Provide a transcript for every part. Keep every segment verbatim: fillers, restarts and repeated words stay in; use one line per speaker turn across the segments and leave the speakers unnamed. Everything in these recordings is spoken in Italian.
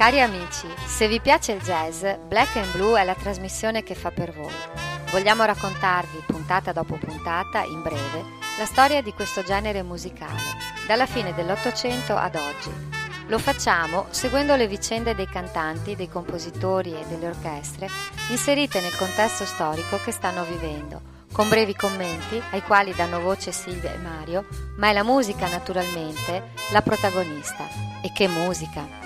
Cari amici, se vi piace il jazz, Black and Blue è la trasmissione che fa per voi. Vogliamo raccontarvi, puntata dopo puntata, in breve, la storia di questo genere musicale, dalla fine dell'Ottocento ad oggi. Lo facciamo seguendo le vicende dei cantanti, dei compositori e delle orchestre inserite nel contesto storico che stanno vivendo, con brevi commenti ai quali danno voce Silvia e Mario, ma è la musica naturalmente la protagonista. E che musica!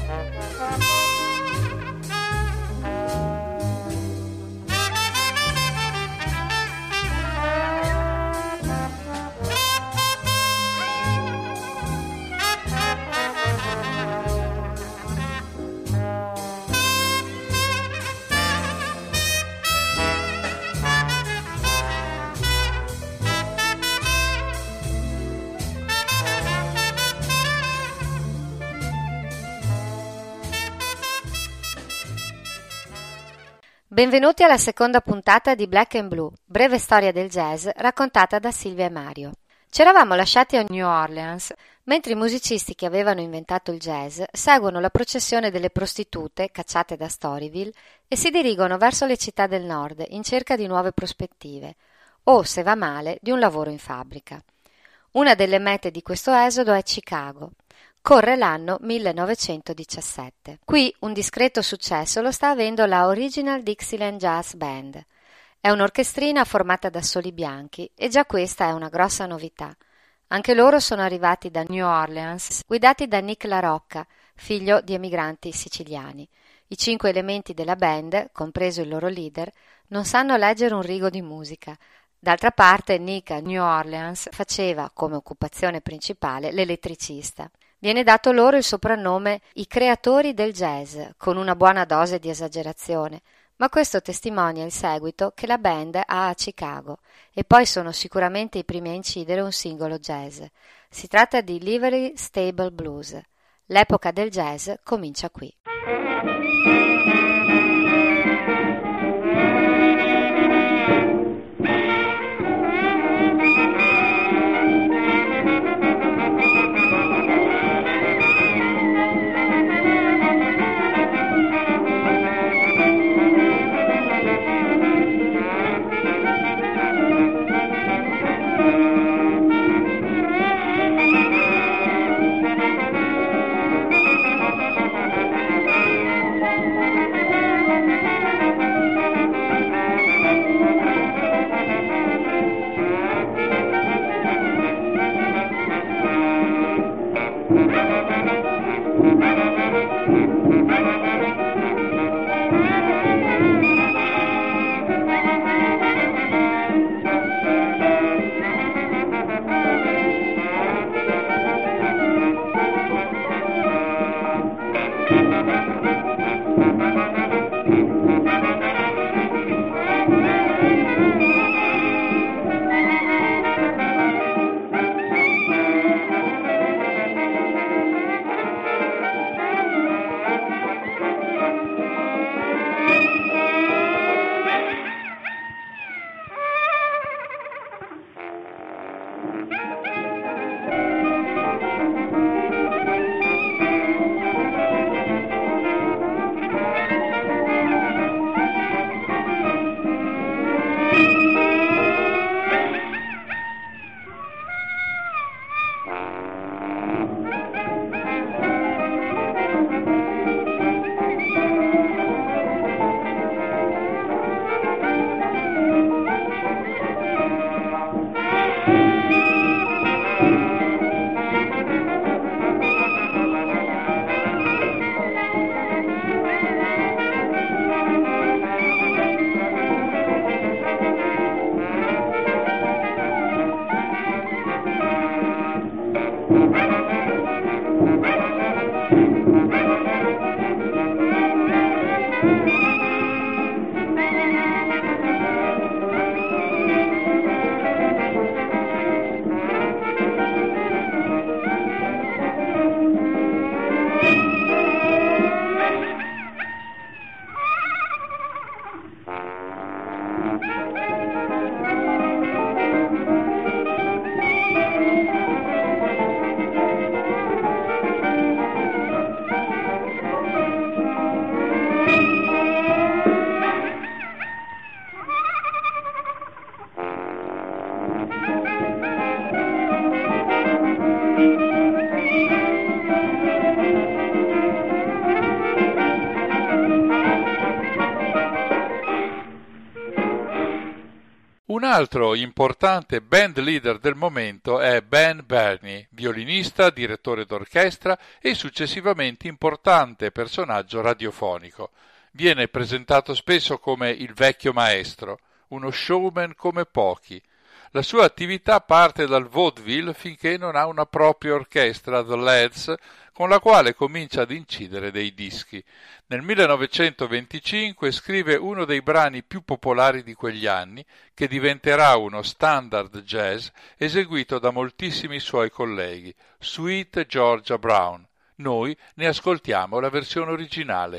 Benvenuti alla seconda puntata di Black and Blue, breve storia del jazz raccontata da Silvia e Mario. Ci eravamo lasciati a New Orleans, mentre i musicisti che avevano inventato il jazz seguono la processione delle prostitute cacciate da Storyville e si dirigono verso le città del nord in cerca di nuove prospettive, o, se va male, di un lavoro in fabbrica. Una delle mete di questo esodo è Chicago. Corre l'anno millenovecentodiciassette. Qui un discreto successo lo sta avendo la Original Dixieland Jazz Band. È un'orchestrina formata da soli bianchi e già questa è una grossa novità. Anche loro sono arrivati da New Orleans, guidati da Nick LaRocca, figlio di emigranti siciliani. I cinque elementi della band, compreso il loro leader, non sanno leggere un rigo di musica. D'altra parte Nick a New Orleans faceva, come occupazione principale, l'elettricista. Viene dato loro il soprannome i creatori del jazz, con una buona dose di esagerazione, ma questo testimonia il seguito che la band ha a Chicago, e poi sono sicuramente i primi a incidere un singolo jazz. Si tratta di Livery Stable Blues. L'epoca del jazz comincia qui.
altro importante band leader del momento è Ben Bernie, violinista, direttore d'orchestra e successivamente importante personaggio radiofonico. Viene presentato spesso come il vecchio maestro, uno showman come pochi. La sua attività parte dal vaudeville finché non ha una propria orchestra, The Lads, con la quale comincia ad incidere dei dischi. Nel millenovecentoventicinque scrive uno dei brani più popolari di quegli anni, che diventerà uno standard jazz eseguito da moltissimi suoi colleghi, Sweet Georgia Brown. Noi ne ascoltiamo la versione originale.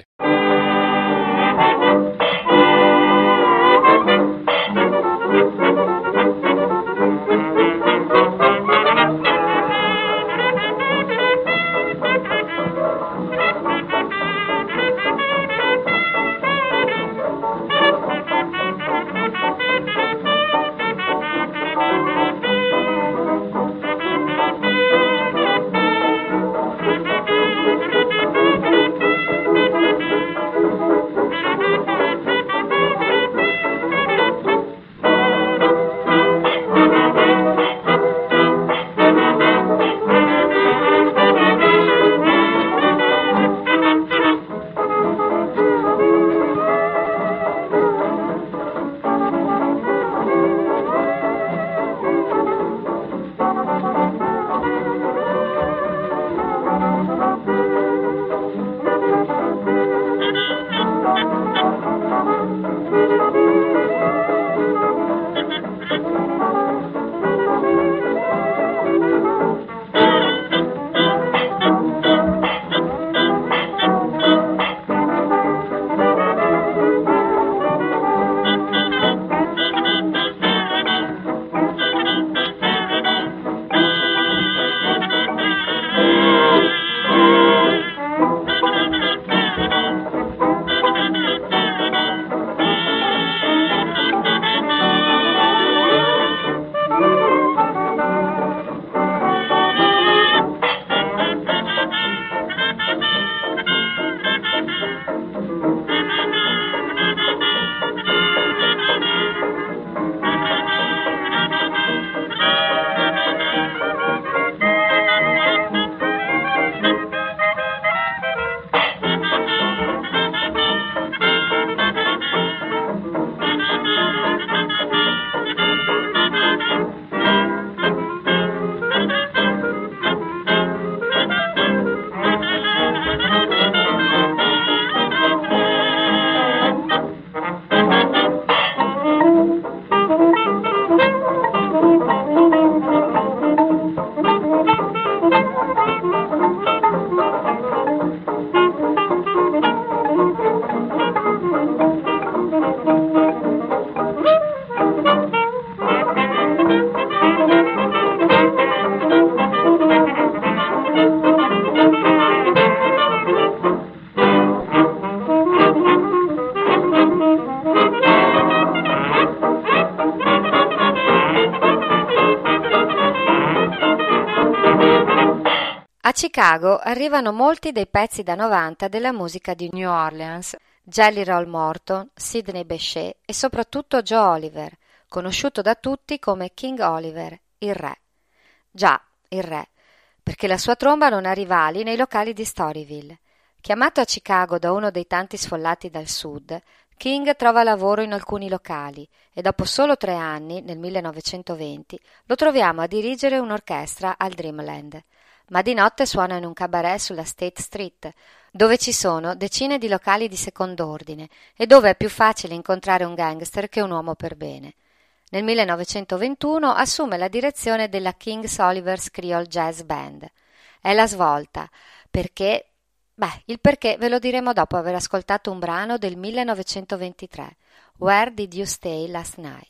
A Chicago arrivano molti dei pezzi da novanta della musica di New Orleans, Jelly Roll Morton, Sidney Bechet e soprattutto Joe Oliver, conosciuto da tutti come King Oliver, il re. Già, il re, perché la sua tromba non ha rivali nei locali di Storyville. Chiamato a Chicago da uno dei tanti sfollati dal sud, King trova lavoro in alcuni locali e dopo solo tre anni, nel millenovecentoventi, lo troviamo a dirigere un'orchestra al Dreamland. Ma di notte suona in un cabaret sulla State Street, dove ci sono decine di locali di second'ordine e dove è più facile incontrare un gangster che un uomo per bene. Nel millenovecentoventuno assume la direzione della King Oliver's Creole Jazz Band. È la svolta, perché... Beh, il perché ve lo diremo dopo aver ascoltato un brano del millenovecentoventitré, Where Did You Stay Last Night?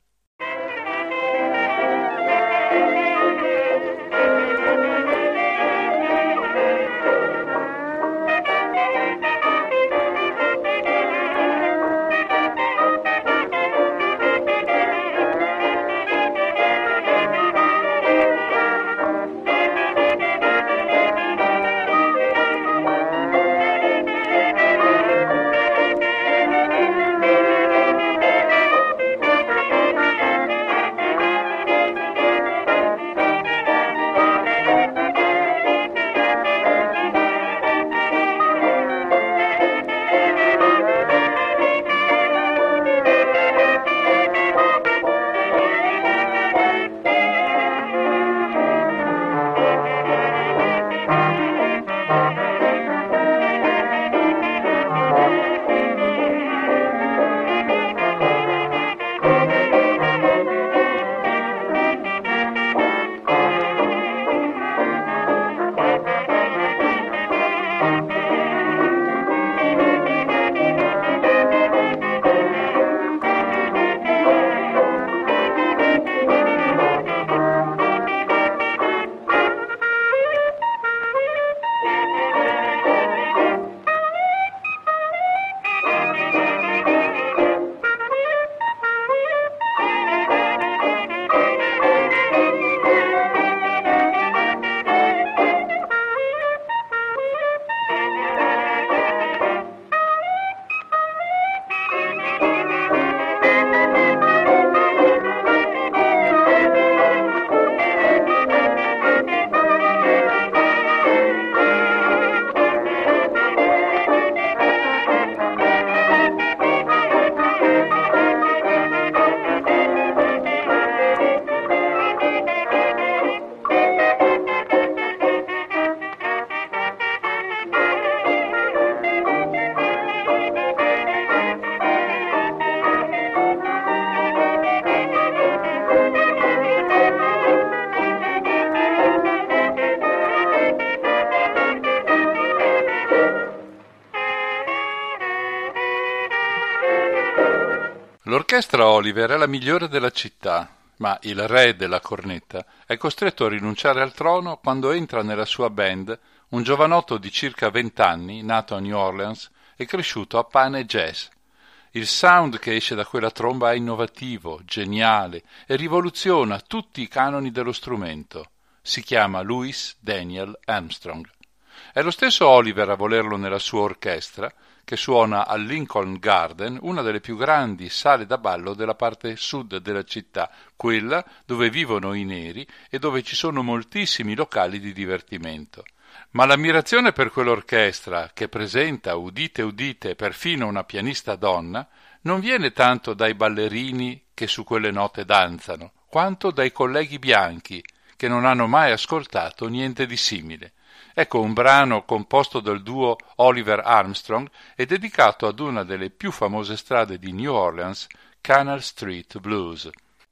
L'orchestra Oliver è la migliore della città, ma il re della cornetta è costretto a rinunciare al trono quando entra nella sua band un giovanotto di circa vent'anni, nato a New Orleans e cresciuto a pane e jazz. Il sound che esce da quella tromba è innovativo, geniale e rivoluziona tutti i canoni dello strumento. Si chiama Louis Daniel Armstrong. È lo stesso Oliver a volerlo nella sua orchestra, che suona al Lincoln Garden, una delle più grandi sale da ballo della parte sud della città, quella dove vivono i neri e dove ci sono moltissimi locali di divertimento. Ma l'ammirazione per quell'orchestra, che presenta, udite udite, perfino una pianista donna, non viene tanto dai ballerini che su quelle note danzano, quanto dai colleghi bianchi, che non hanno mai ascoltato niente di simile. Ecco un brano composto dal duo Oliver Armstrong e dedicato ad una delle più famose strade di New Orleans, Canal Street Blues.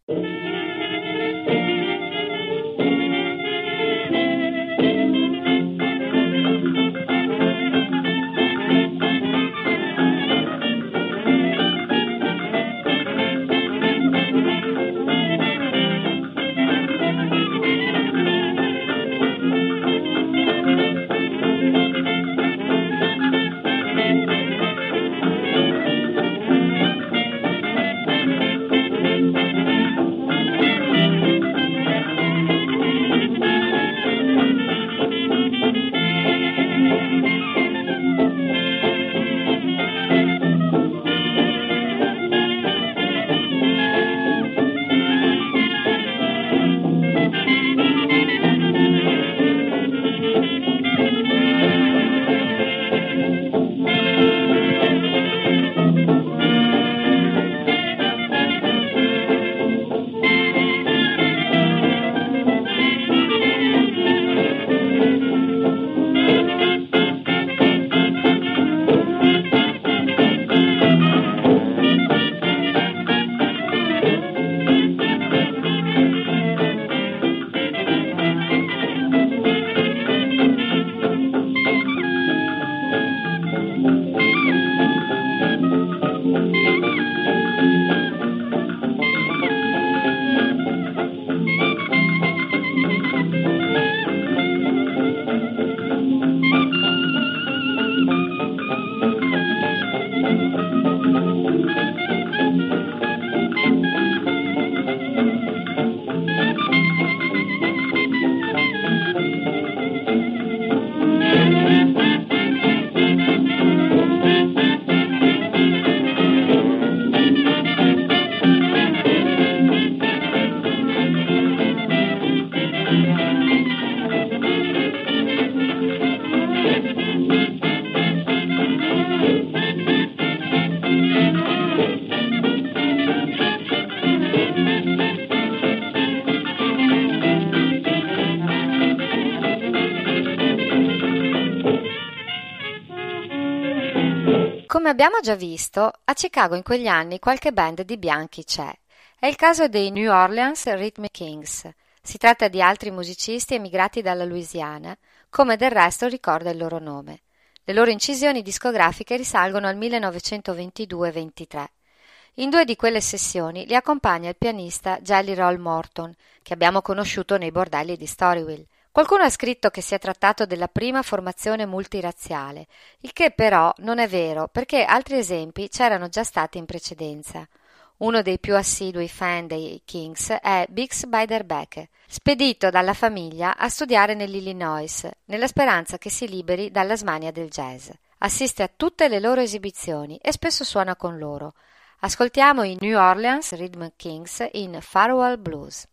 Come abbiamo già visto, a Chicago in quegli anni qualche band di bianchi c'è. È il caso dei New Orleans Rhythm Kings. Si tratta di altri musicisti emigrati dalla Louisiana, come del resto ricorda il loro nome. Le loro incisioni discografiche risalgono al millenovecentoventidue ventitré. In due di quelle sessioni li accompagna il pianista Jelly Roll Morton, che abbiamo conosciuto nei bordelli di Storyville. Qualcuno ha scritto che si è trattato della prima formazione multirazziale, il che però non è vero perché altri esempi c'erano già stati in precedenza. Uno dei più assidui fan dei Kings è Bix Beiderbecke, spedito dalla famiglia a studiare nell'Illinois, nella speranza che si liberi dalla smania del jazz. Assiste a tutte le loro esibizioni e spesso suona con loro. Ascoltiamo i New Orleans Rhythm Kings in Farewell Blues.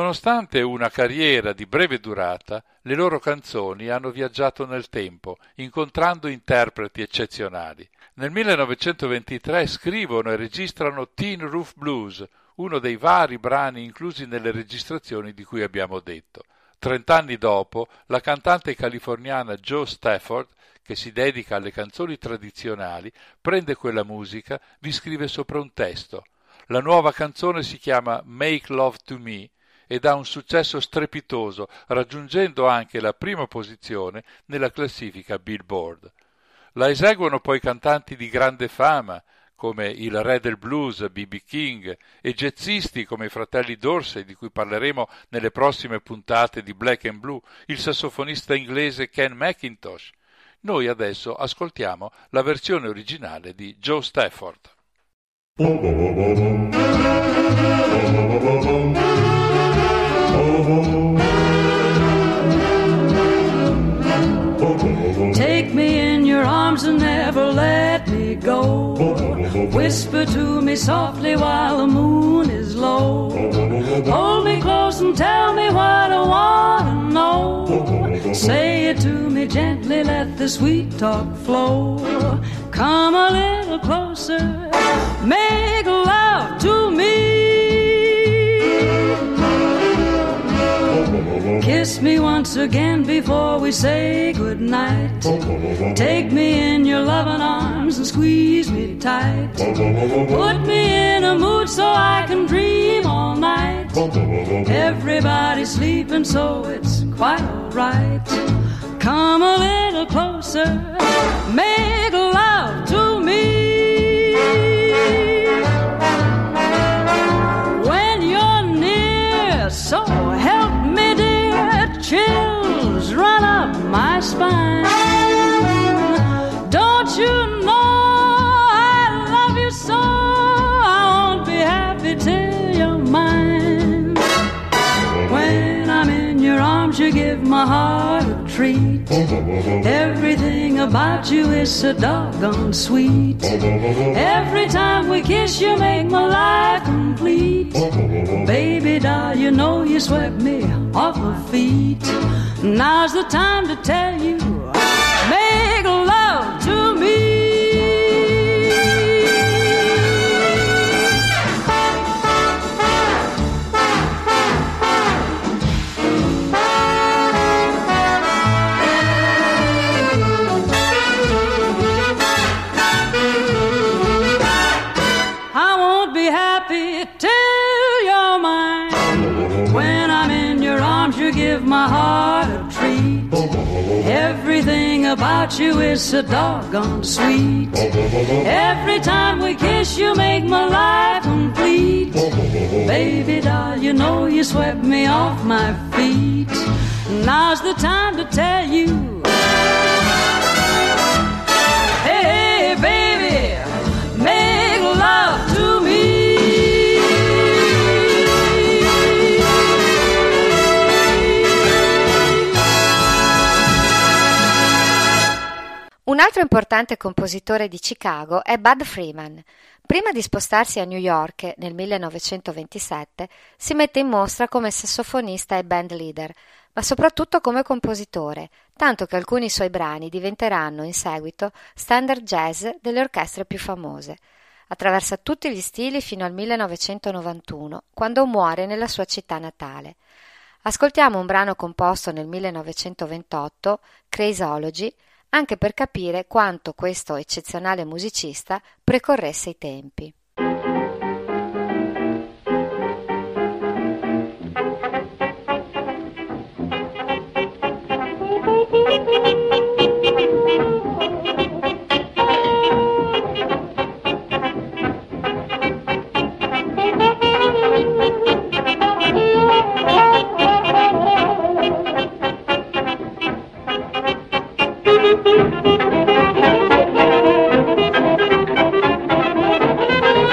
Nonostante una carriera di breve durata, le loro canzoni hanno viaggiato nel tempo, incontrando interpreti eccezionali. Nel millenovecentoventitré scrivono e registrano Tin Roof Blues, uno dei vari brani inclusi nelle registrazioni di cui abbiamo detto. Trent'anni dopo, la cantante californiana Jo Stafford, che si dedica alle canzoni tradizionali, prende quella musica, vi scrive sopra un testo. La nuova canzone si chiama Make Love to Me ed ha un successo strepitoso, raggiungendo anche la prima posizione nella classifica Billboard. La eseguono poi cantanti di grande fama, come il re del blues B B King, e jazzisti come i fratelli Dorsey, di cui parleremo nelle prossime puntate di Black and Blue, il sassofonista inglese Ken McIntosh. Noi adesso ascoltiamo la versione originale di Jo Stafford.
Take me in your arms and never let me go. Whisper to me softly while the moon is low. Hold me close and tell me what I want to know. Say it to me gently, let the sweet talk flow. Come a little closer, make love to me. Kiss me once again before we say goodnight. Take me in your loving arms and squeeze me tight. Put me in a mood so I can dream all night. Everybody's sleeping so it's quite alright. Come a little closer, make love to me. When you're near, so help me dear, chills run up my spine. Don't you know I love you so? I won't be happy till you're mine. When I'm in your arms, you give my heart a treat. Everything about you is so doggone sweet. Every time we kiss, you make my life complete. Baby doll, you know you swept me off my feet. Now's the time to tell you, make love to me. I won't be happy till you're mine. When I'm in your arms, you give my heart a treat. Everything about you is so doggone sweet. Every time we kiss, you make my life complete. Baby doll, you know you swept me off my feet. Now's the time to tell you, hey, baby, make love to me.
Un altro importante compositore di Chicago è Bud Freeman. Prima di spostarsi a New York nel millenovecentoventisette, si mette in mostra come sassofonista e band leader, ma soprattutto come compositore, tanto che alcuni suoi brani diventeranno in seguito standard jazz delle orchestre più famose. Attraversa tutti gli stili fino al millenovecentonovantuno, quando muore nella sua città natale. Ascoltiamo un brano composto nel millenovecentoventotto, Crazyology, anche per capire quanto questo eccezionale musicista precorresse i tempi.
Thank you.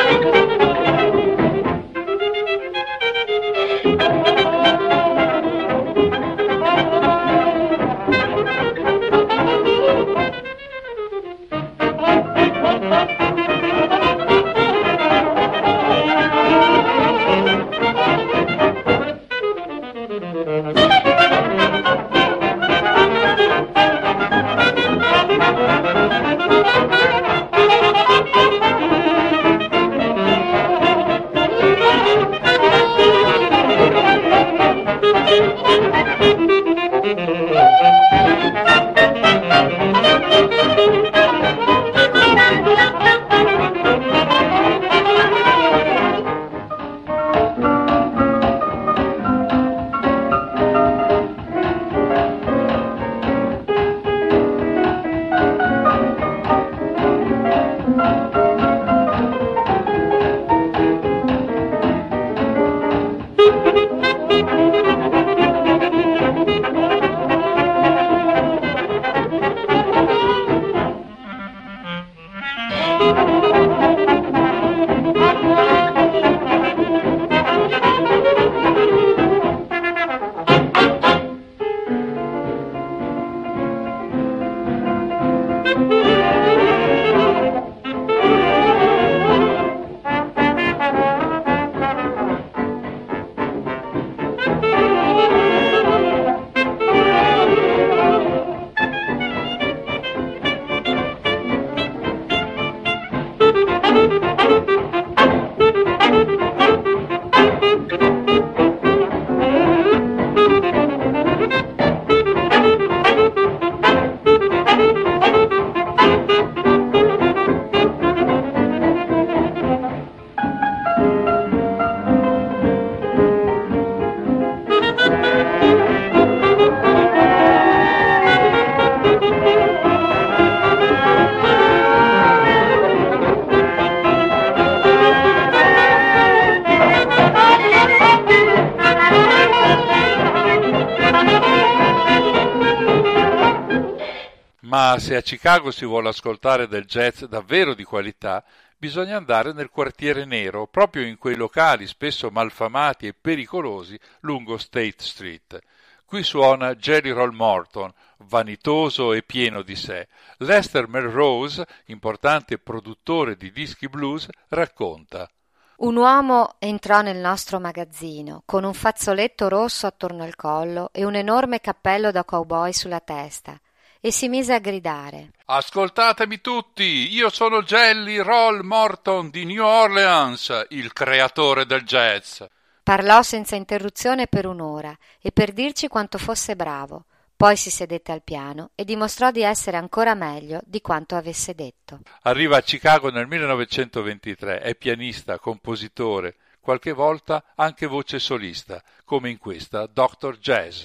Ma se a Chicago si vuole ascoltare del jazz davvero di qualità, bisogna andare nel quartiere nero, proprio in quei locali spesso malfamati e pericolosi lungo State Street. Qui suona Jelly Roll Morton, vanitoso e pieno di sé. Lester Melrose, importante produttore di dischi blues, racconta:
un uomo entrò nel nostro magazzino con un fazzoletto rosso attorno al collo e un enorme cappello da cowboy sulla testa e si mise a gridare:
ascoltatemi tutti, io sono Jelly Roll Morton di New Orleans, il creatore del jazz.
Parlò senza interruzione per un'ora e per dirci quanto fosse bravo. Poi si sedette al piano e dimostrò di essere ancora meglio di quanto avesse detto.
Arriva a Chicago nel millenovecentoventitré, è pianista, compositore, qualche volta anche voce solista, come in questa doctor Jazz.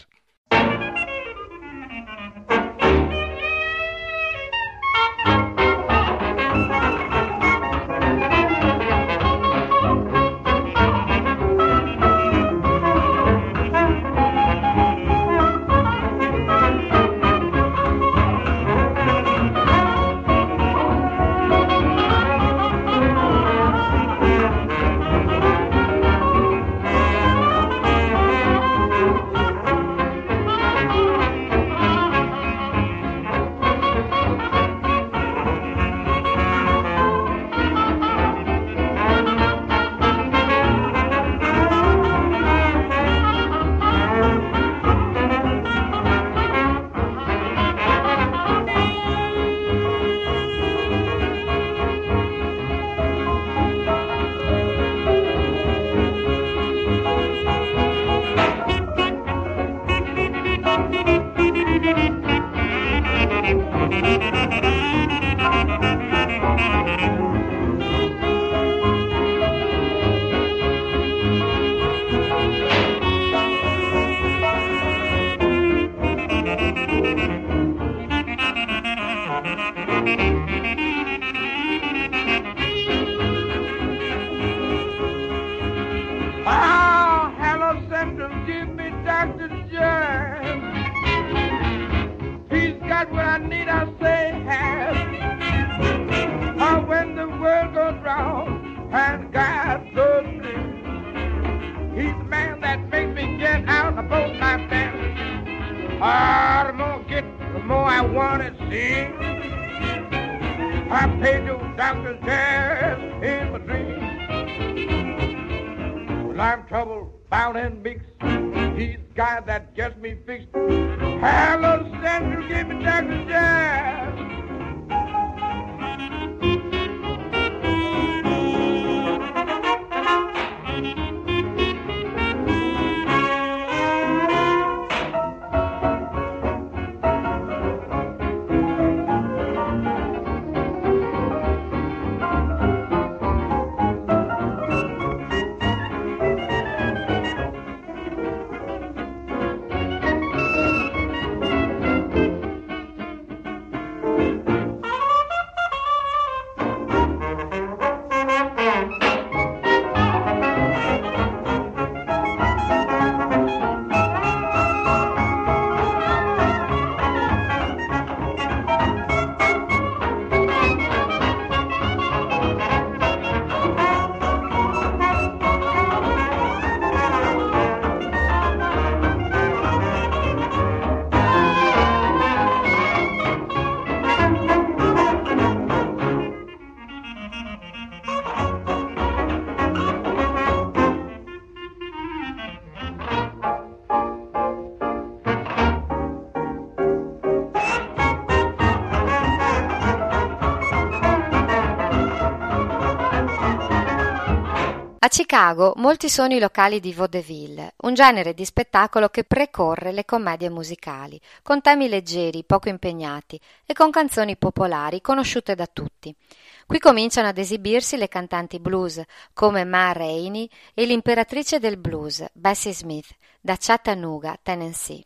A Chicago molti sono i locali di vaudeville, un genere di spettacolo che precorre le commedie musicali, con temi leggeri, poco impegnati e con canzoni popolari conosciute da tutti. Qui cominciano ad esibirsi le cantanti blues come Ma Rainey e l'imperatrice del blues, Bessie Smith, da Chattanooga, Tennessee.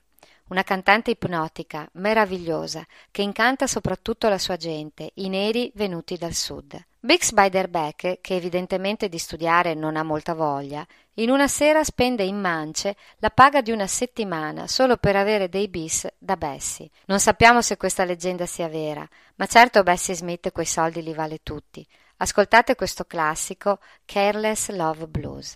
una cantante ipnotica, meravigliosa, che incanta soprattutto la sua gente, i neri venuti dal sud. Bix Beiderbecke, che evidentemente di studiare non ha molta voglia, in una sera spende in mance la paga di una settimana solo per avere dei bis da Bessie. Non sappiamo se questa leggenda sia vera, ma certo Bessie Smith quei soldi li vale tutti. Ascoltate questo classico Careless Love Blues.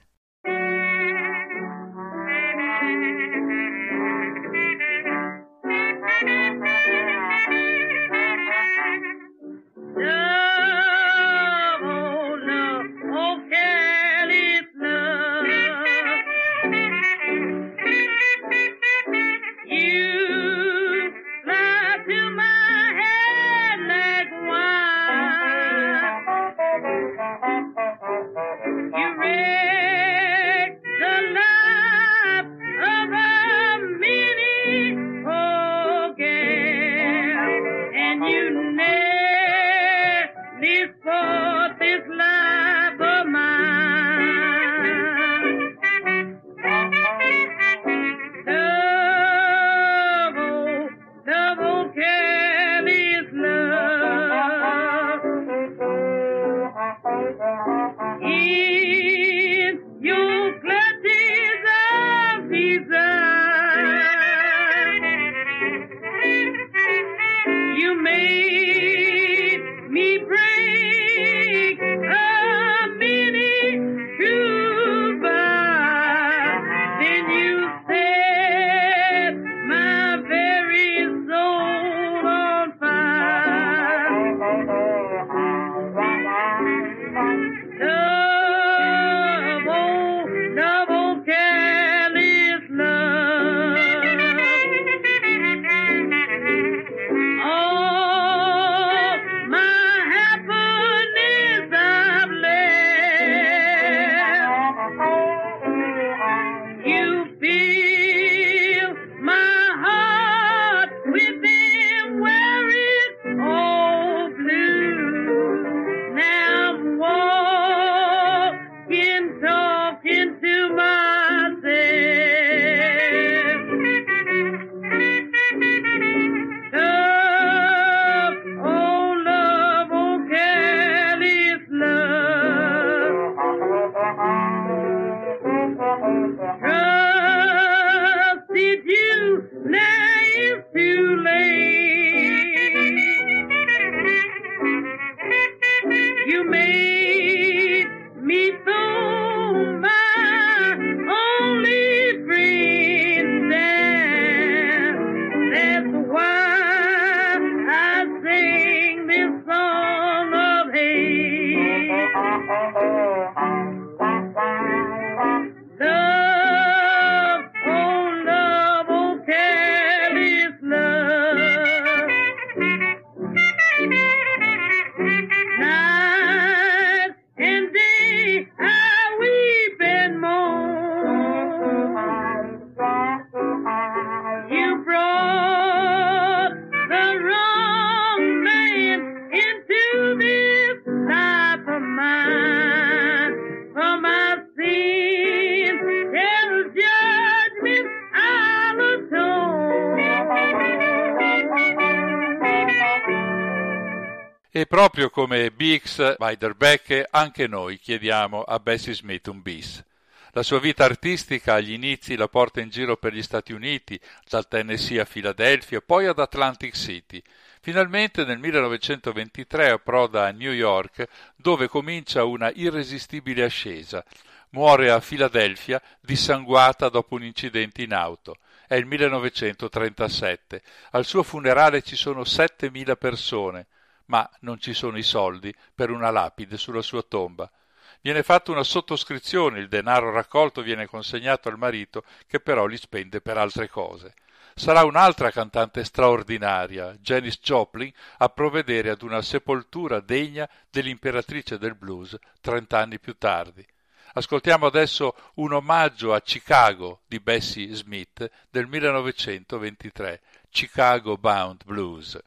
E proprio come Bix Beiderbecke, anche noi chiediamo a Bessie Smith un bis. La sua vita artistica agli inizi la porta in giro per gli Stati Uniti, dal Tennessee a Filadelfia, poi ad Atlantic City. Finalmente nel millenovecentoventitré approda a New York, dove comincia una irresistibile ascesa. Muore a Filadelfia dissanguata dopo un incidente in auto. È il millenovecentotrentasette. Al suo funerale ci sono settemila persone. Ma non ci sono i soldi per una lapide sulla sua tomba. Viene fatta una sottoscrizione, il denaro raccolto viene consegnato al marito, che però li spende per altre cose. Sarà un'altra cantante straordinaria, Janis Joplin, a provvedere ad una sepoltura degna dell'imperatrice del blues trent'anni più tardi. Ascoltiamo adesso un omaggio a Chicago di Bessie Smith del millenovecentoventitré, Chicago Bound Blues.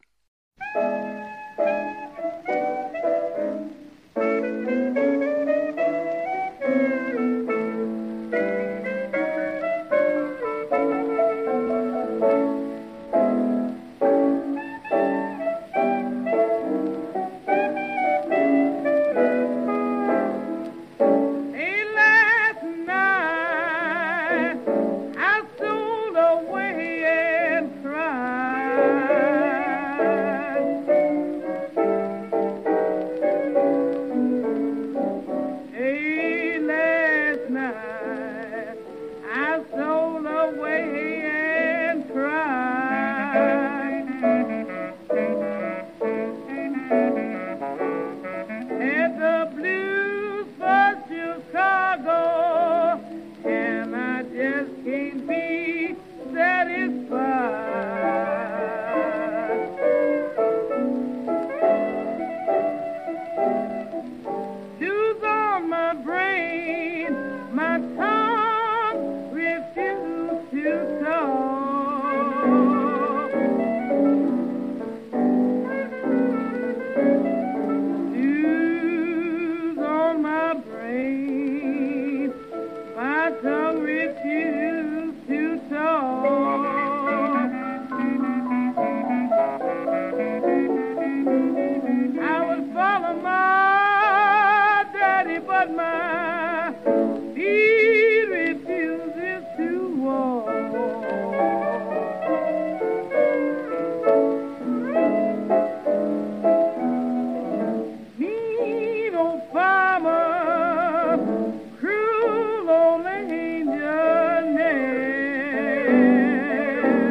He refuses to walk. Mean old farmer, cruel old angel man.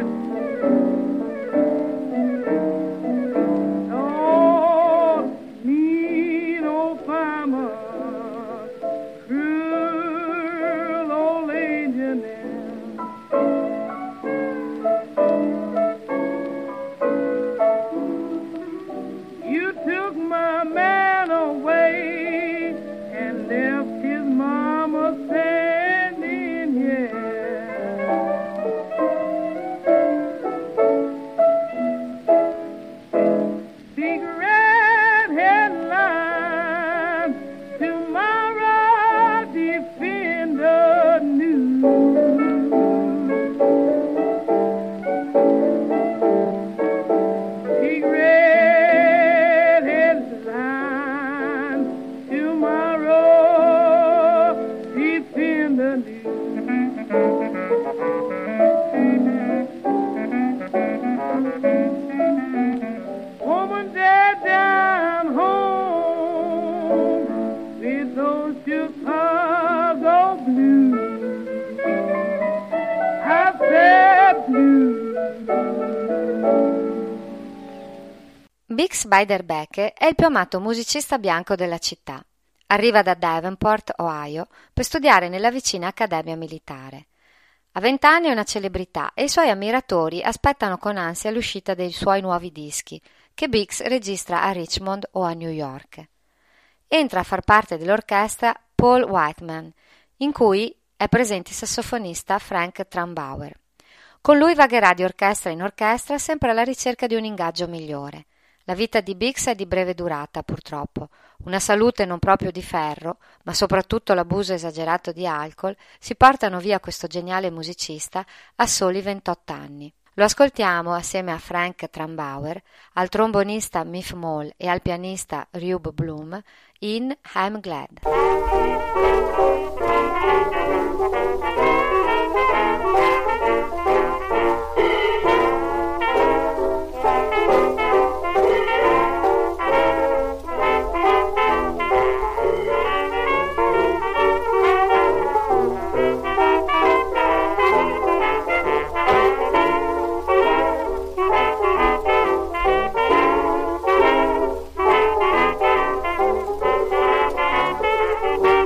Oh, mean old farmer, cruel old angel man. You took my man away and left his mama standing here. Cigarette headline, tomorrow Defender News. Cigarette headline, tomorrow Defender News. Woman dead down home with those Chicago blues. I said blues.
Bix Beiderbecke è il più amato musicista bianco della città. Arriva da Davenport, Ohio, per studiare nella vicina Accademia Militare. A vent'anni è una celebrità e i suoi ammiratori aspettano con ansia l'uscita dei suoi nuovi dischi, che Bix registra a Richmond o a New York. Entra a far parte dell'orchestra Paul Whiteman, in cui è presente il sassofonista Frank Trumbauer. Con lui vagherà di orchestra in orchestra sempre alla ricerca di un ingaggio migliore. La vita di Bix è di breve durata, purtroppo. Una salute non proprio di ferro, ma soprattutto l'abuso esagerato di alcol, si portano via questo geniale musicista a soli ventotto anni. Lo ascoltiamo assieme a Frank Trumbauer, al trombonista Miff Mall e al pianista Rube Bloom in I'm Glad.
Thank you.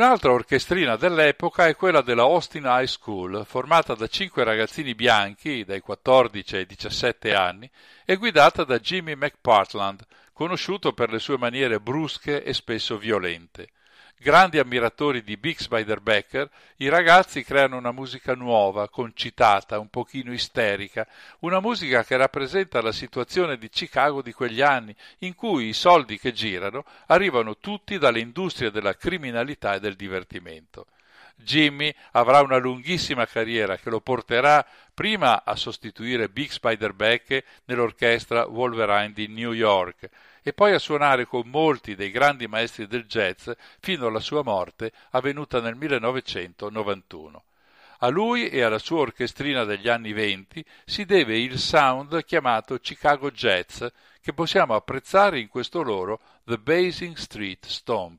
Un'altra orchestrina dell'epoca è quella della Austin High School, formata da cinque ragazzini bianchi dai quattordici ai diciassette anni e guidata da Jimmy McPartland, conosciuto per le sue maniere brusche e spesso violente. Grandi ammiratori di Bix Beiderbecke, i ragazzi creano una musica nuova, concitata, un pochino isterica, una musica che rappresenta la situazione di Chicago di quegli anni, in cui i soldi che girano arrivano tutti dalle industrie della criminalità e del divertimento. Jimmy avrà una lunghissima carriera che lo porterà prima a sostituire Bix Beiderbecke nell'orchestra Wolverine di New York e poi a suonare con molti dei grandi maestri del jazz fino alla sua morte avvenuta nel millenovecentonovantuno. A lui e alla sua orchestrina degli anni venti si deve il sound chiamato Chicago Jazz, che possiamo apprezzare in questo loro The Basing Street Stomp.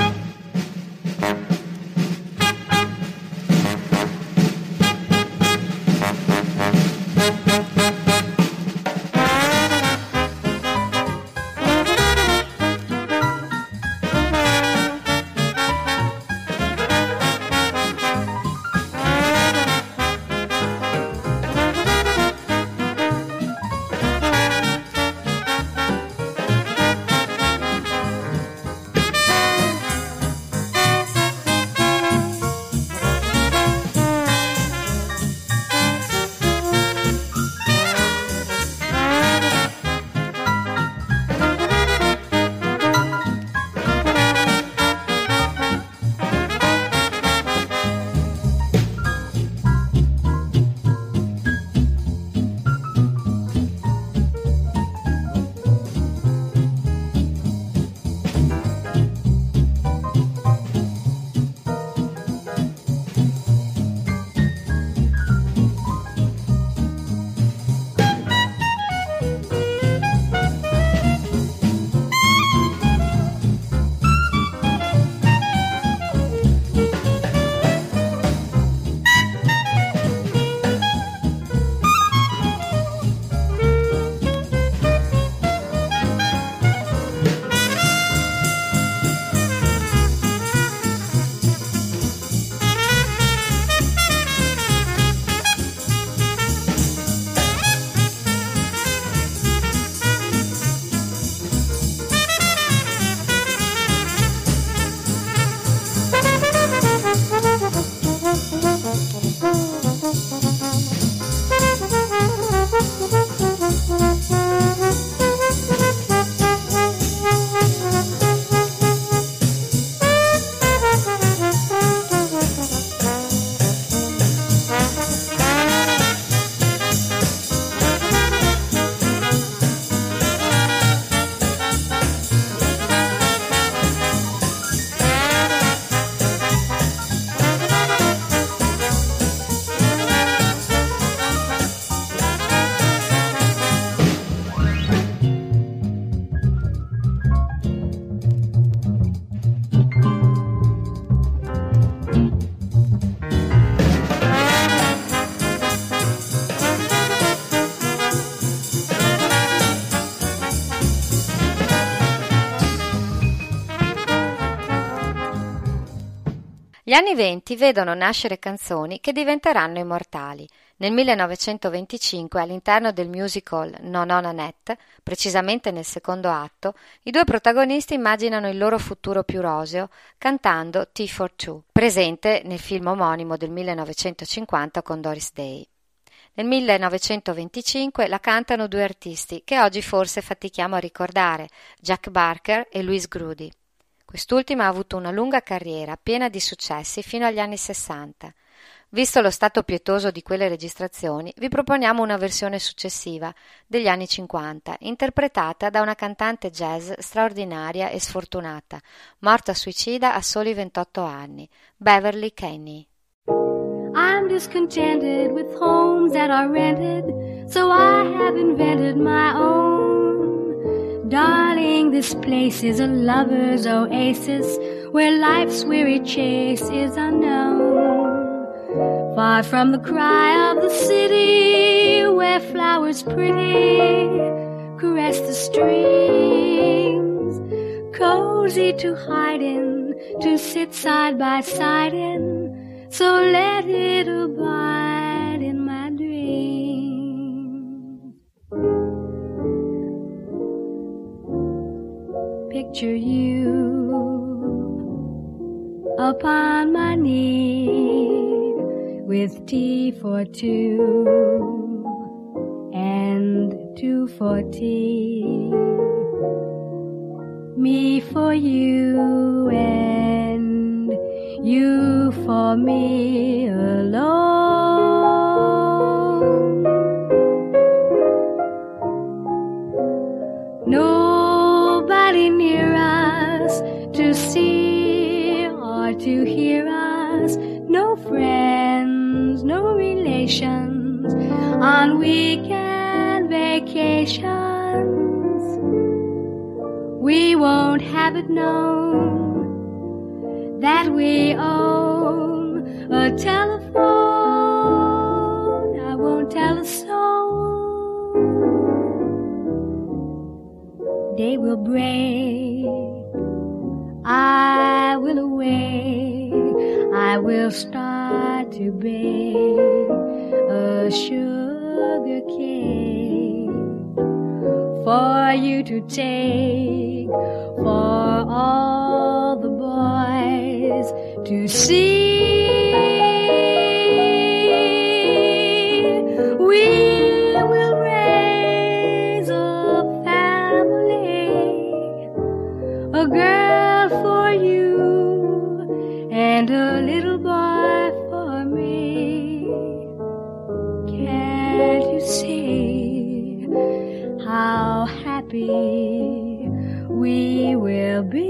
Gli anni venti vedono nascere canzoni che diventeranno immortali. Nel millenovecentoventicinque, all'interno del musical Nonna Nanette, precisamente nel secondo atto, i due protagonisti immaginano il loro futuro più roseo cantando Tea for Two, presente nel film omonimo del millenovecentocinquanta con Doris Day. Nel millenovecentoventicinque la cantano due artisti che oggi forse fatichiamo a ricordare, Jack Barker e Louise Grudy. Quest'ultima ha avuto una lunga carriera piena di successi fino agli anni sessanta. Visto lo stato pietoso di quelle registrazioni, vi proponiamo una versione successiva, degli anni cinquanta, interpretata da una cantante jazz straordinaria e sfortunata, morta suicida a soli ventotto anni, Beverly Kenney.
I'm discontented with homes that are rented, so I have invented my own. Darling, this place is a lover's oasis, where life's weary chase is unknown. Far from the cry of the city, where flowers pretty caress the streams, cozy to hide in, to sit side by side in, so let it abide in my dream. Picture you upon my knee with tea for two and two for tea, me for you and you for me alone. Nobody near us to see or to hear us, no friends, no relations on weekend vacations. We won't have it known that we own a telephone. I won't tell a soul. Day will break, I will awake, I will start to bake a sugar cake for you to take, for all the boys to see. We will raise a family, a girl for you and a little boy for me. Can't you see how happy we will be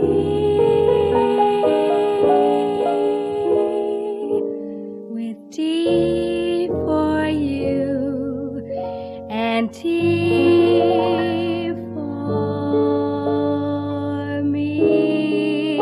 with tea for you and tea for me.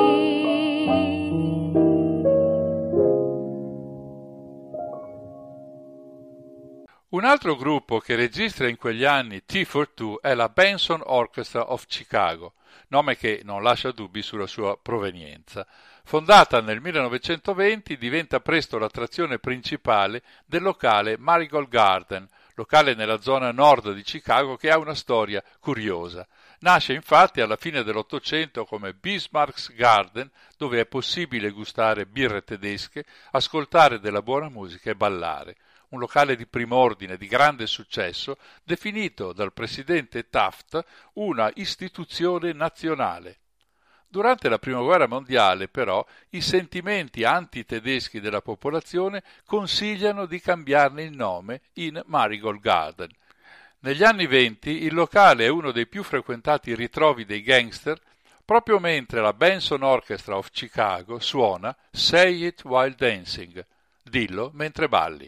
Un altro gruppo che registra in quegli anni Tea for Two è la Benson Orchestra of Chicago, nome che non lascia dubbi sulla sua provenienza. Fondata nel millenovecentoventi, diventa presto l'attrazione principale del locale Marigold Garden, locale nella zona nord di Chicago che ha una storia curiosa. Nasce infatti alla fine dell'Ottocento come Bismarck's Garden, dove è possibile gustare birre tedesche, ascoltare della buona musica e ballare. Un locale di prim'ordine, di grande successo, definito dal presidente Taft una istituzione nazionale. Durante la Prima Guerra Mondiale, però, i sentimenti antitedeschi della popolazione consigliano di cambiarne il nome in Marigold Garden. Negli anni venti il locale è uno dei più frequentati ritrovi dei gangster, proprio mentre la Benson Orchestra of Chicago suona Say It While Dancing, dillo mentre balli.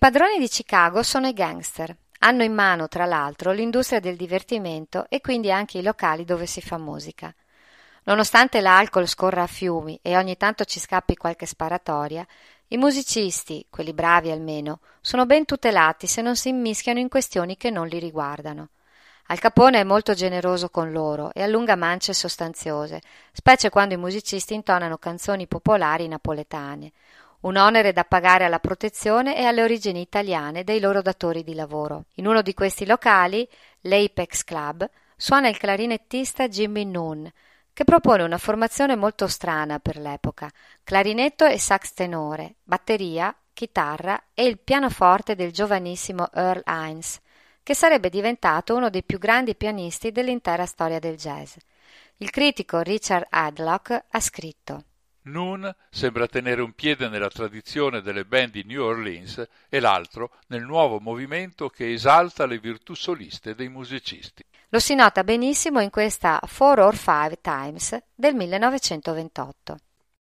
padroni di Chicago sono i gangster. Hanno in mano, tra l'altro, l'industria del divertimento e quindi anche i locali dove si fa musica. Nonostante l'alcol scorra a fiumi e ogni tanto ci scappi qualche sparatoria, i musicisti, quelli bravi almeno, sono ben tutelati se non si immischiano in questioni che non li riguardano. Al Capone è molto generoso con loro e allunga mance sostanziose, specie quando i musicisti intonano canzoni popolari napoletane, un onere da pagare alla protezione e alle origini italiane dei loro datori di lavoro. In uno di questi locali, l'Apex Club, suona il clarinettista Jimmy Noon, che propone una formazione molto strana per l'epoca: clarinetto e sax tenore, batteria, chitarra e il pianoforte del giovanissimo Earl Hines, che sarebbe diventato uno dei più grandi pianisti dell'intera storia del jazz. Il critico Richard Hadlock ha scritto:
Noon sembra tenere un piede nella tradizione delle band di New Orleans e l'altro nel nuovo movimento che esalta le virtù soliste dei musicisti.
Lo si nota benissimo in questa Four or Five Times del millenovecentoventotto.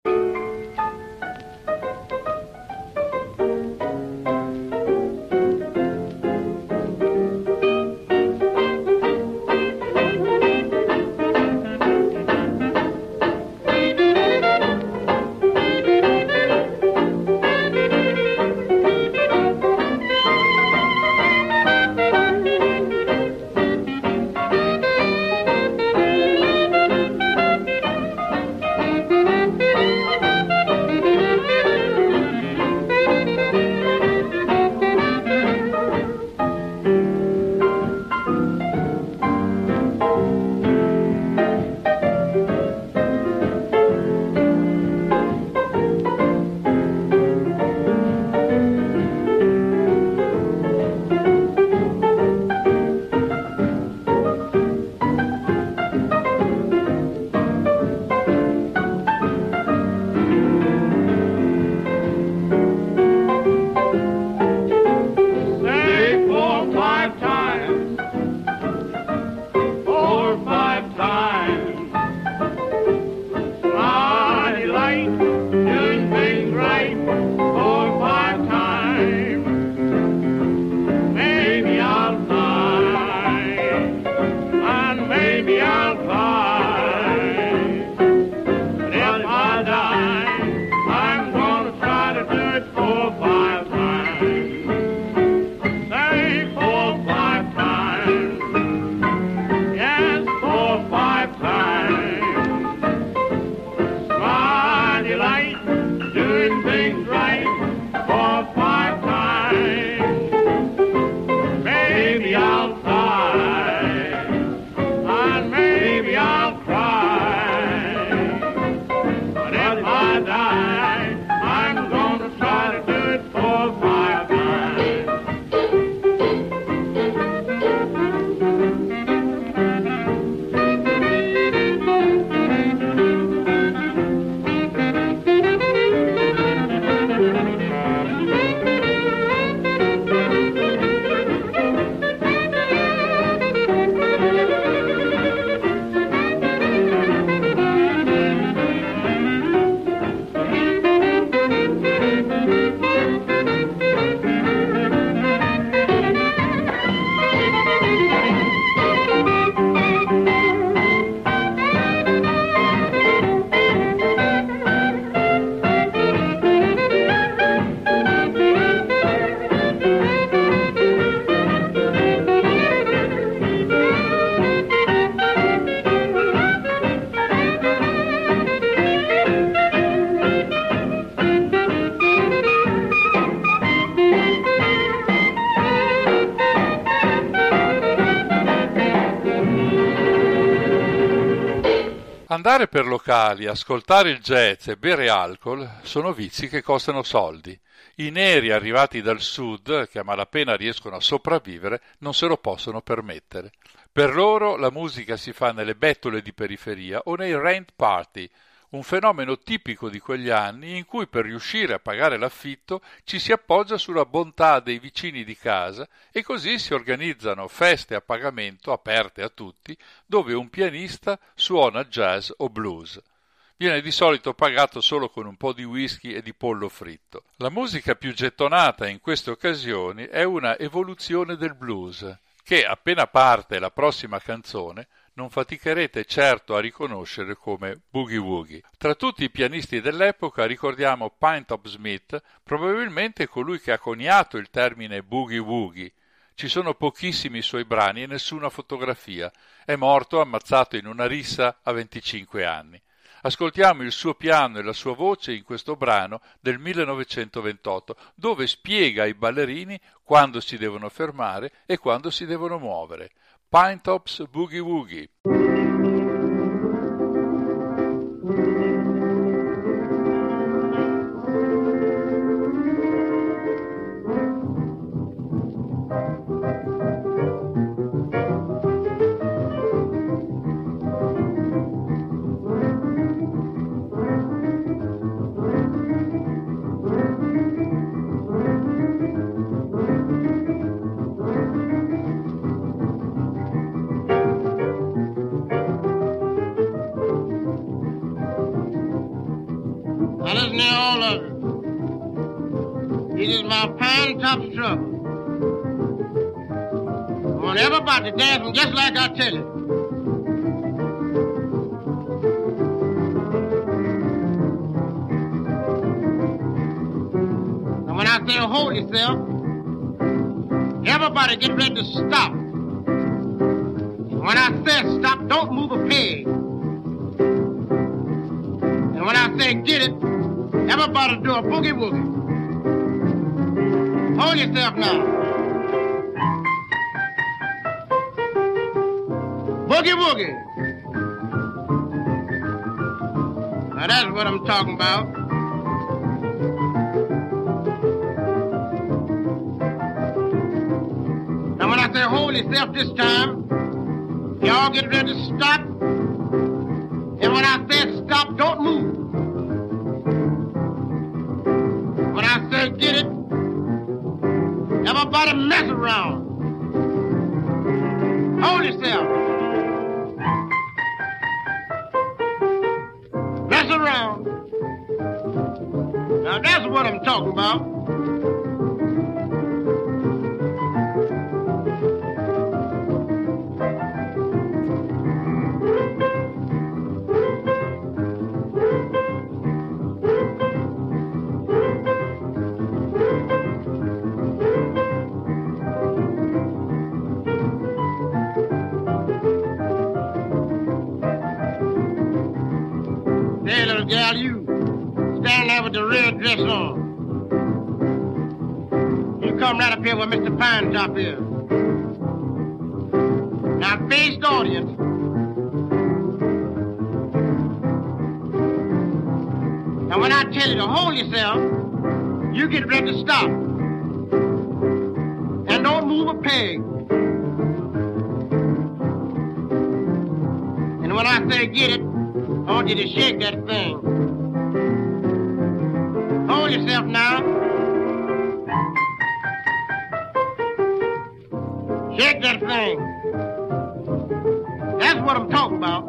Andare per locali, ascoltare il jazz e bere alcol sono vizi che costano soldi. I neri arrivati dal sud, che a malapena riescono a sopravvivere, non se lo possono permettere. Per loro la musica si fa nelle bettole di periferia o nei rent party, un fenomeno tipico di quegli anni in cui per riuscire a pagare l'affitto ci si appoggia sulla bontà dei vicini di casa e così si organizzano feste a pagamento aperte a tutti dove un pianista suona jazz o blues. viene di solito pagato solo con un po' di whisky e di pollo fritto. La musica più gettonata in queste occasioni è una evoluzione del blues, che appena parte la prossima canzone non faticherete certo a riconoscere come Boogie Woogie. Tra tutti i pianisti dell'epoca ricordiamo Pinetop Smith, probabilmente colui che ha coniato il termine Boogie Woogie. Ci sono pochissimi suoi brani e nessuna fotografia. È morto ammazzato in una rissa a venticinque anni. Ascoltiamo il suo piano e la sua voce in questo brano del millenovecentoventotto, dove spiega ai ballerini quando si devono fermare e quando si devono muovere. Pinetop's Boogie Woogie.
Pinetop's trouble. I want everybody to dance just like I tell you. And when I say hold yourself, everybody get ready to stop. And when I say stop, don't move a peg. And when I say get it, everybody do a boogie woogie. Hold yourself now. Boogie woogie. Now that's what I'm talking about. Now when I say hold yourself this time, y'all get ready to stop. And when I say stop, don't move. When I say get it, everybody mess around. Hold yourself. Mess around. Now that's what I'm talking about. Gal, you stand there with the red dress on. You come right up here where Mister Pinetop is. Now face the audience. Now when I tell you to hold yourself, you get ready to stop. And don't move a peg. And when I say get it, I want you to shake that thing. Hold yourself now. Shake that thing. That's what I'm talking about.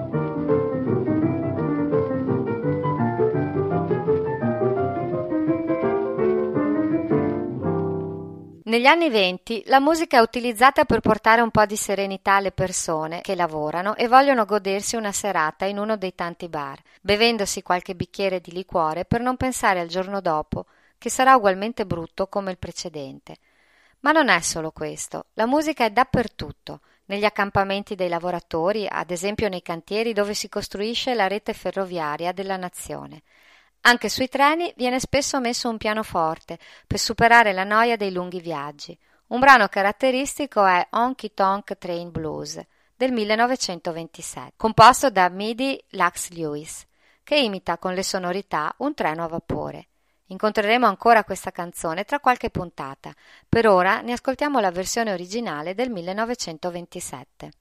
Negli anni venti la musica è utilizzata per portare un po' di serenità alle persone che lavorano e vogliono godersi una serata in uno dei tanti bar, bevendosi qualche bicchiere di liquore per non pensare al giorno dopo, che sarà ugualmente brutto come il precedente. Ma non è solo questo, la musica è dappertutto, negli accampamenti dei lavoratori, ad esempio nei cantieri dove si costruisce la rete ferroviaria della nazione. Anche sui treni viene spesso messo un pianoforte per superare la noia dei lunghi viaggi. Un brano caratteristico è Honky Tonk Train Blues del millenovecentoventisette, composto da Midi Lux Lewis, che imita con le sonorità un treno a vapore. Incontreremo ancora questa canzone tra qualche puntata. Per ora ne ascoltiamo la versione originale del millenovecentoventisette.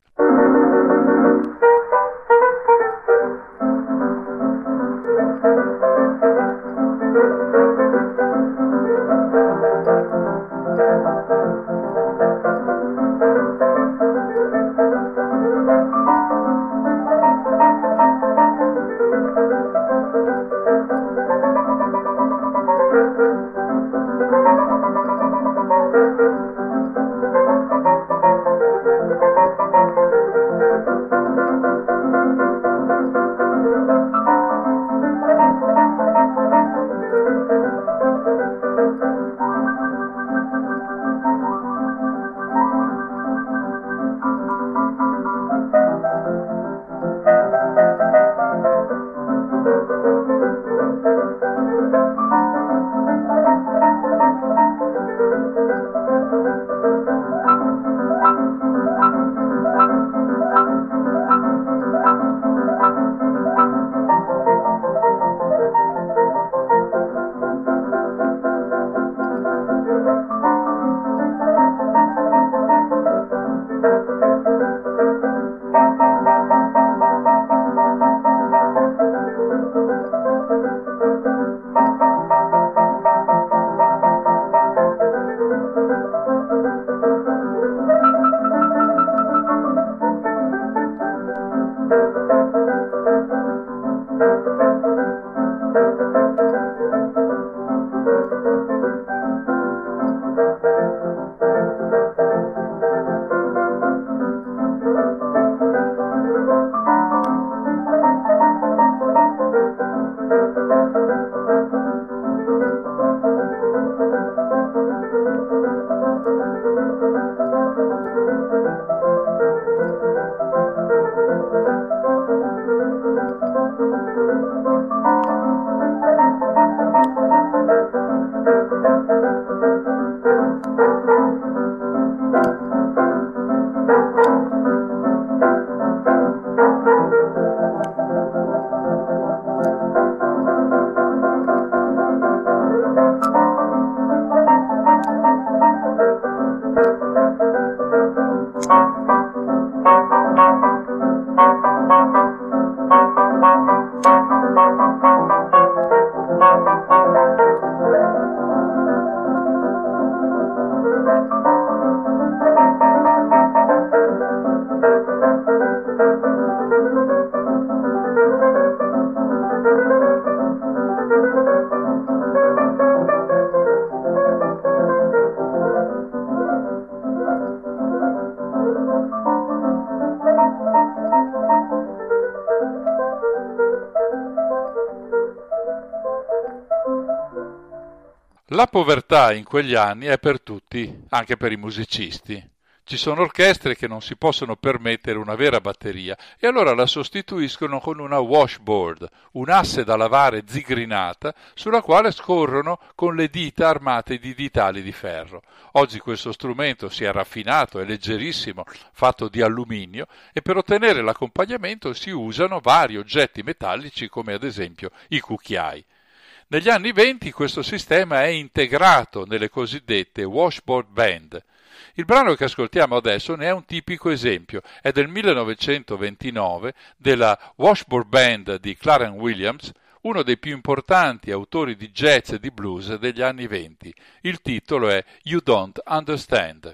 La povertà in quegli anni è per tutti, anche per i musicisti. Ci sono orchestre che non si possono permettere una vera batteria e allora la sostituiscono con una washboard, un asse da lavare zigrinata sulla quale scorrono con le dita armate di ditali di ferro. Oggi questo strumento si è raffinato, è leggerissimo, fatto di alluminio e per ottenere l'accompagnamento si usano vari oggetti metallici come ad esempio i cucchiai. Negli anni venti questo sistema è integrato nelle cosiddette washboard band. Il brano che ascoltiamo adesso ne è un tipico esempio, è del millenovecentoventinove della Washboard Band di Clarence Williams, uno dei più importanti autori di jazz e di blues degli anni venti. Il titolo è You Don't Understand.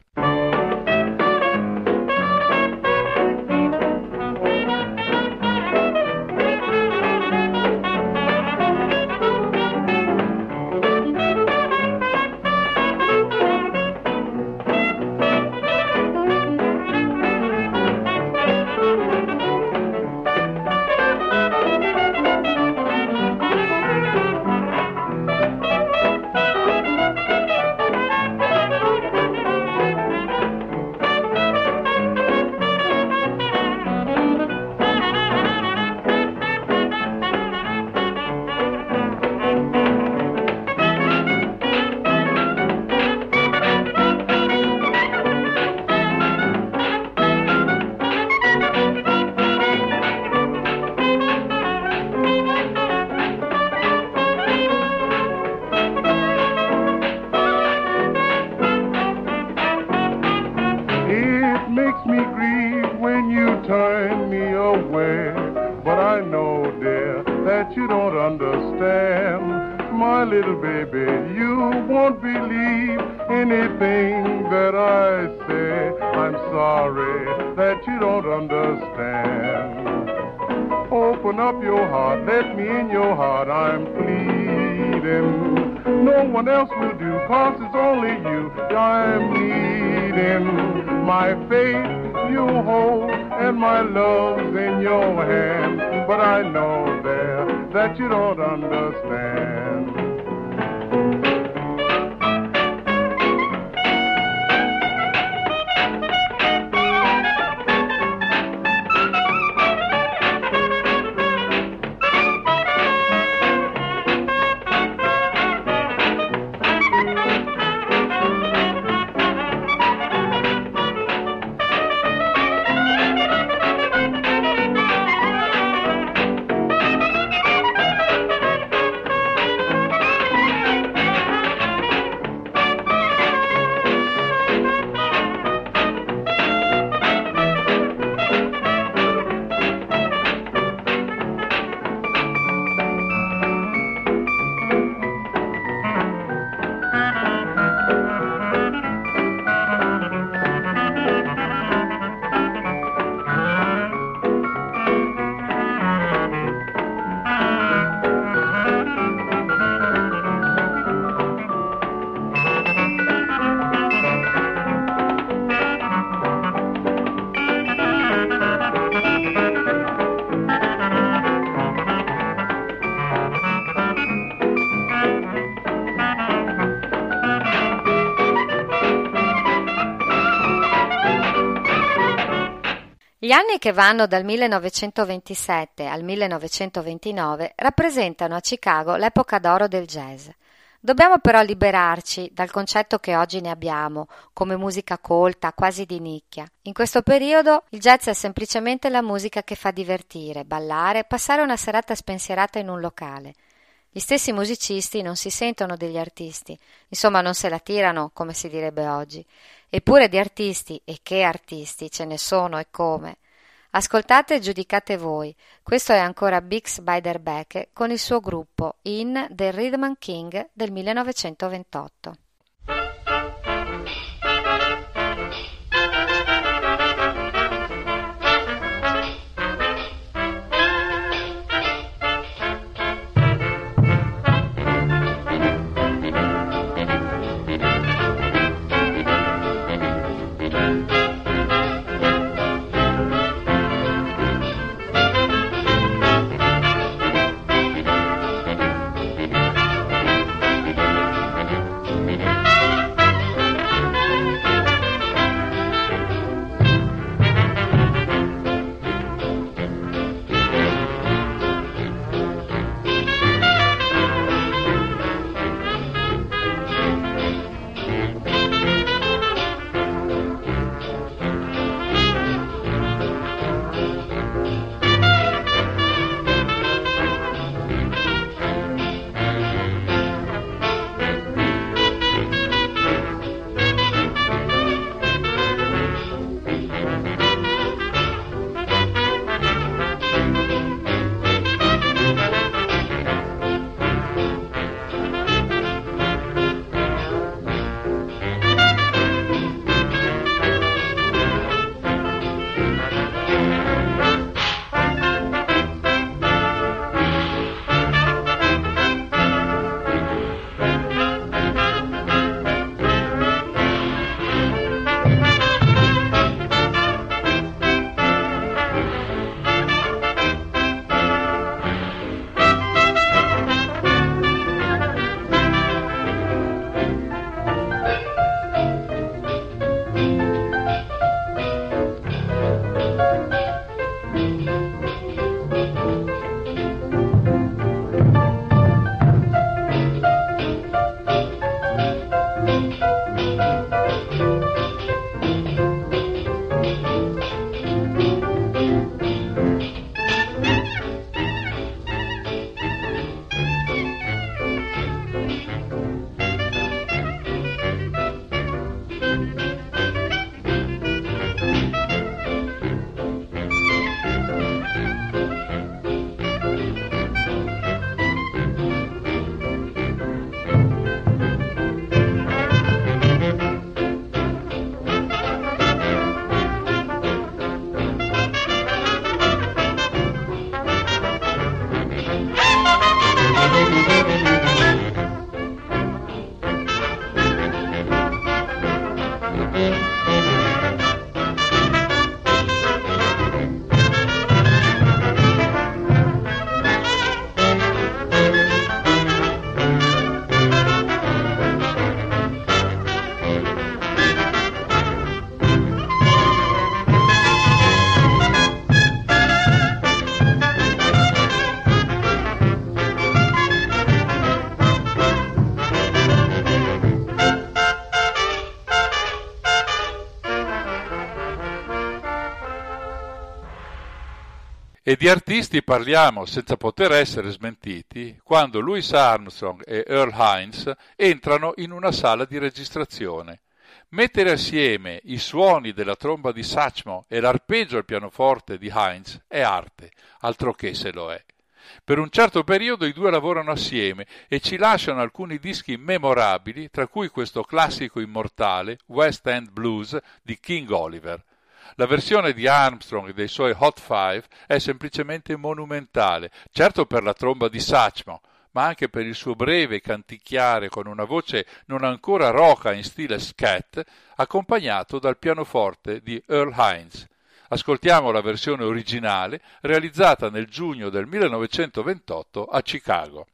You don't understand.
Gli anni che vanno dal millenovecentoventisette al millenovecentoventinove rappresentano a Chicago l'epoca d'oro del jazz. Dobbiamo però liberarci dal concetto che oggi ne abbiamo, come musica colta, quasi di nicchia. In questo periodo il jazz è semplicemente la musica che fa divertire, ballare, passare una serata spensierata in un locale. Gli stessi musicisti non si sentono degli artisti, insomma non se la tirano, come si direbbe oggi. Eppure di artisti, e che artisti, ce ne sono e come. Ascoltate e giudicate voi. Questo è ancora Bix Beiderbecke con il suo gruppo in The Rhythm King del millenovecentoventotto.
E di artisti parliamo senza poter essere smentiti quando Louis Armstrong e Earl Hines entrano in una sala di registrazione. Mettere assieme i suoni della tromba di Satchmo e l'arpeggio al pianoforte di Hines è arte, altro che se lo è. Per un certo periodo i due lavorano assieme e ci lasciano alcuni dischi memorabili, tra cui questo classico immortale West End Blues di King Oliver. La versione di Armstrong e dei suoi Hot Five è semplicemente monumentale, certo per la tromba di Satchmo, ma anche per il suo breve canticchiare con una voce non ancora roca in stile scat, accompagnato dal pianoforte di Earl Hines. Ascoltiamo la versione originale realizzata nel giugno del millenovecentoventotto a Chicago.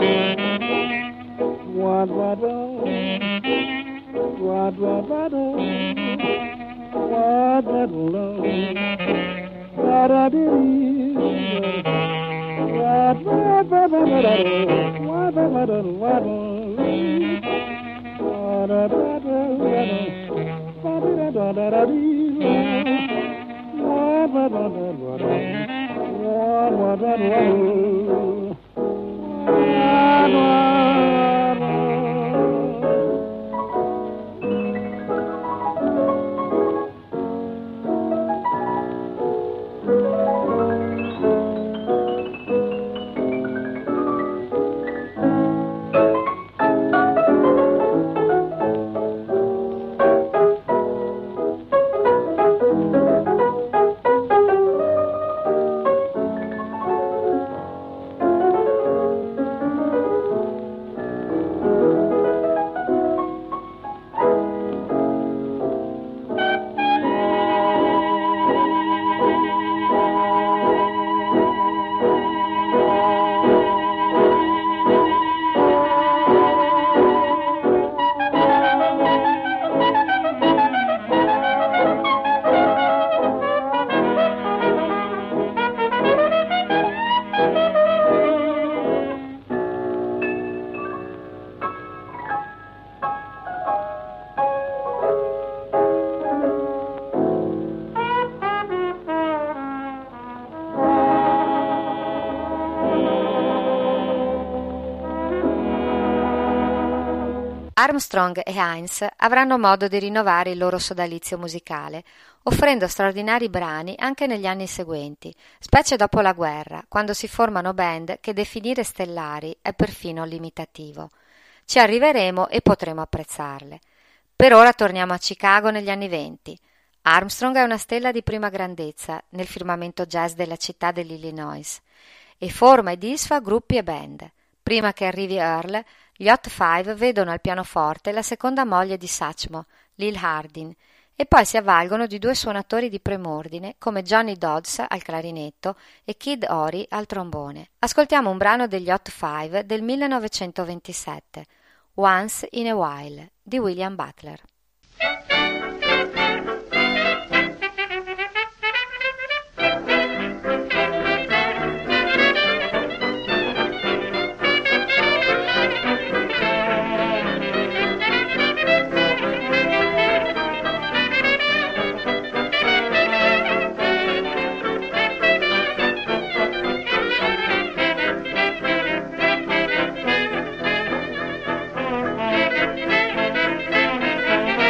What, what, what, what, what, what, what, what, what, what, what,
Armstrong e Hines avranno modo di rinnovare il loro sodalizio musicale, offrendo straordinari brani anche negli anni seguenti, specie dopo la guerra, quando si formano band che definire stellari è perfino limitativo. Ci arriveremo e potremo apprezzarle. Per ora torniamo a Chicago negli anni venti. Armstrong è una stella di prima grandezza nel firmamento jazz della città dell'Illinois e forma e disfa gruppi e band. Prima che arrivi Earl, gli Hot Five vedono al pianoforte la seconda moglie di Satchmo, Lil Hardin, e poi si avvalgono di due suonatori di prim'ordine come Johnny Dodds al clarinetto e Kid Ory al trombone. Ascoltiamo un brano degli Hot Five del millenovecentoventisette, Once in a While, di William Butler.
Thank you.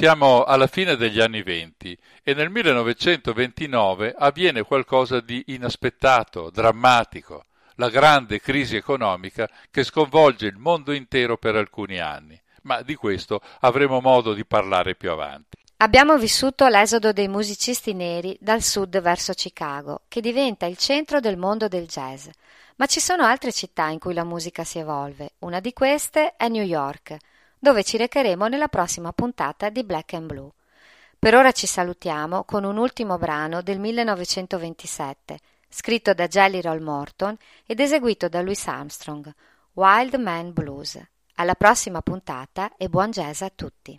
Siamo alla fine degli anni venti e nel millenovecentoventinove avviene qualcosa di inaspettato, drammatico, la grande crisi economica che sconvolge il mondo intero per alcuni anni, ma di questo avremo modo di parlare più avanti.
Abbiamo vissuto l'esodo dei musicisti neri dal sud verso Chicago, che diventa il centro del mondo del jazz, ma ci sono altre città in cui la musica si evolve. Una di queste è New York, dove ci recheremo nella prossima puntata di Black and Blue. Per ora ci salutiamo con un ultimo brano del millenovecentoventisette, scritto da Jelly Roll Morton ed eseguito da Louis Armstrong, Wild Man Blues. Alla prossima puntata e buon jazz a tutti!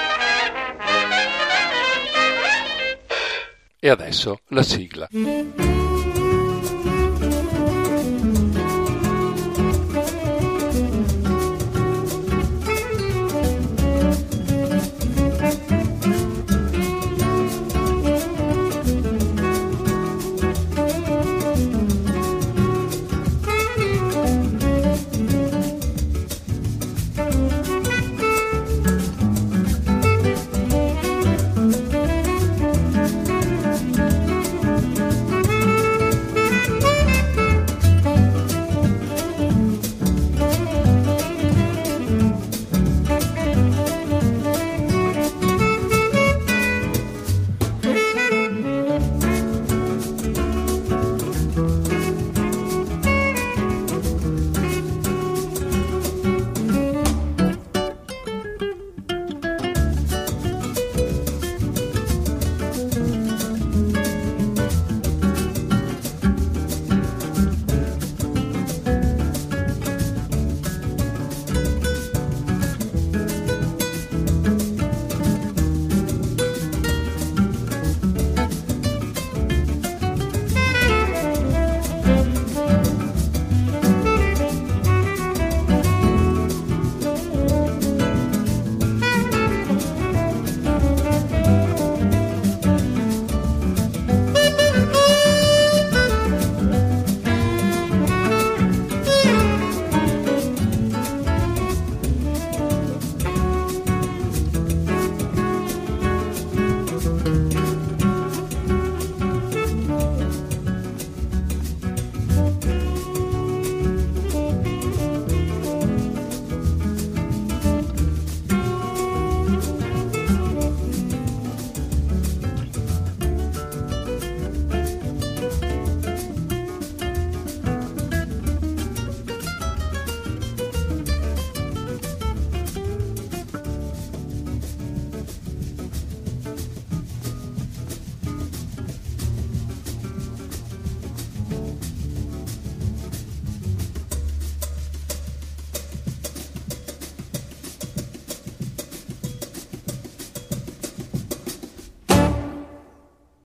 E adesso la sigla.